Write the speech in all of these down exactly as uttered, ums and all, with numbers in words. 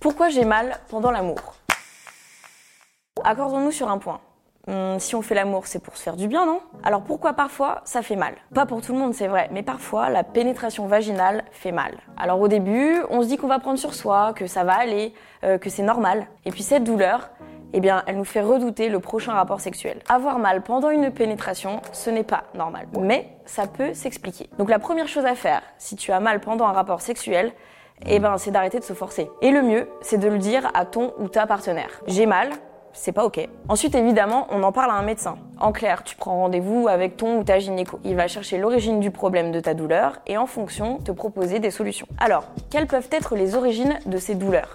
Pourquoi j'ai mal pendant l'amour? Accordons-nous sur un point. Hum, si on fait l'amour, c'est pour se faire du bien, non? Alors pourquoi parfois ça fait mal? Pas pour tout le monde, c'est vrai, mais parfois la pénétration vaginale fait mal. Alors au début, on se dit qu'on va prendre sur soi, que ça va aller, euh, que c'est normal. Et puis cette douleur, eh bien, elle nous fait redouter le prochain rapport sexuel. Avoir mal pendant une pénétration, ce n'est pas normal, mais ça peut s'expliquer. Donc la première chose à faire, si tu as mal pendant un rapport sexuel, eh ben, c'est d'arrêter de se forcer. Et le mieux, c'est de le dire à ton ou ta partenaire. J'ai mal, c'est pas ok. Ensuite, évidemment, on en parle à un médecin. En clair, tu prends rendez-vous avec ton ou ta gynéco. Il va chercher l'origine du problème de ta douleur et en fonction, te proposer des solutions. Alors, quelles peuvent être les origines de ces douleurs?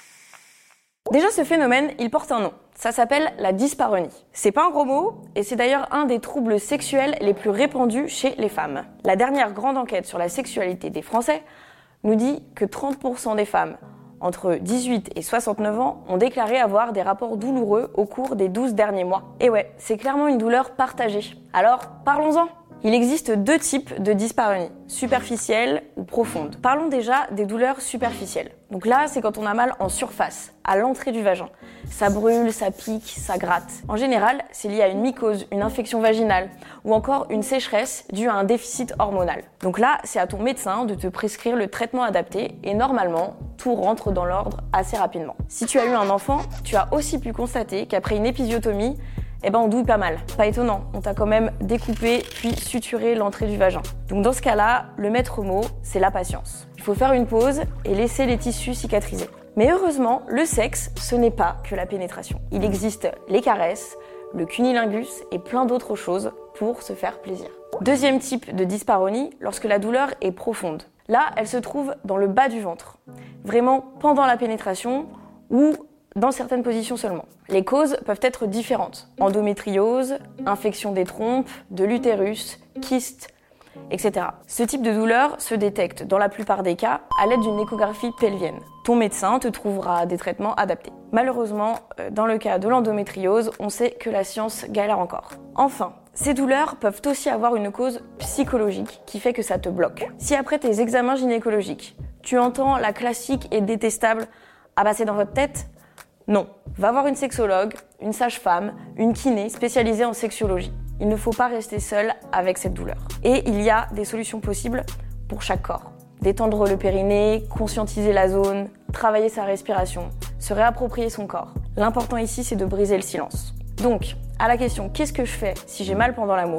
Déjà, ce phénomène, il porte un nom. Ça s'appelle la dyspareunie. C'est pas un gros mot, et c'est d'ailleurs un des troubles sexuels les plus répandus chez les femmes. La dernière grande enquête sur la sexualité des Français nous dit que trente pour cent des femmes entre dix-huit et soixante-neuf ans ont déclaré avoir des rapports douloureux au cours des douze derniers mois. Et ouais, c'est clairement une douleur partagée. Alors, parlons-en. Il existe deux types de dyspareunie, superficielle ou profonde. Parlons déjà des douleurs superficielles. Donc là, c'est quand on a mal en surface, à l'entrée du vagin. Ça brûle, ça pique, ça gratte. En général, c'est lié à une mycose, une infection vaginale ou encore une sécheresse due à un déficit hormonal. Donc là, c'est à ton médecin de te prescrire le traitement adapté et normalement, tout rentre dans l'ordre assez rapidement. Si tu as eu un enfant, tu as aussi pu constater qu'après une épisiotomie, eh ben on douille pas mal. Pas étonnant, on t'a quand même découpé puis suturé l'entrée du vagin. Donc dans ce cas-là, le maître mot, c'est la patience. Il faut faire une pause et laisser les tissus cicatriser. Mais heureusement, le sexe, ce n'est pas que la pénétration. Il existe les caresses, le cunnilingus et plein d'autres choses pour se faire plaisir. Deuxième type de dyspareunie, lorsque la douleur est profonde. Là, elle se trouve dans le bas du ventre, vraiment pendant la pénétration ou dans certaines positions seulement. Les causes peuvent être différentes. Endométriose, infection des trompes, de l'utérus, kyste, et cetera. Ce type de douleur se détecte dans la plupart des cas à l'aide d'une échographie pelvienne. Ton médecin te trouvera des traitements adaptés. Malheureusement, dans le cas de l'endométriose, on sait que la science galère encore. Enfin, ces douleurs peuvent aussi avoir une cause psychologique qui fait que ça te bloque. Si après tes examens gynécologiques, tu entends la classique et détestable « Ah bah c'est dans votre tête », non, va voir une sexologue, une sage-femme, une kiné spécialisée en sexologie. Il ne faut pas rester seul avec cette douleur. Et il y a des solutions possibles pour chaque corps. Détendre le périnée, conscientiser la zone, travailler sa respiration, se réapproprier son corps. L'important ici, c'est de briser le silence. Donc, à la question « Qu'est-ce que je fais si j'ai mal pendant l'amour ?»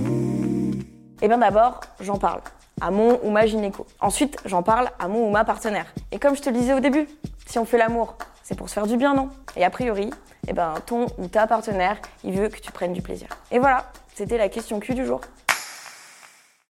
Eh bien d'abord, j'en parle à mon ou ma gynéco. Ensuite, j'en parle à mon ou ma partenaire. Et comme je te le disais au début, si on fait l'amour, c'est pour se faire du bien, non? Et a priori, eh ben, ton ou ta partenaire, il veut que tu prennes du plaisir. Et voilà, c'était la question Q du jour.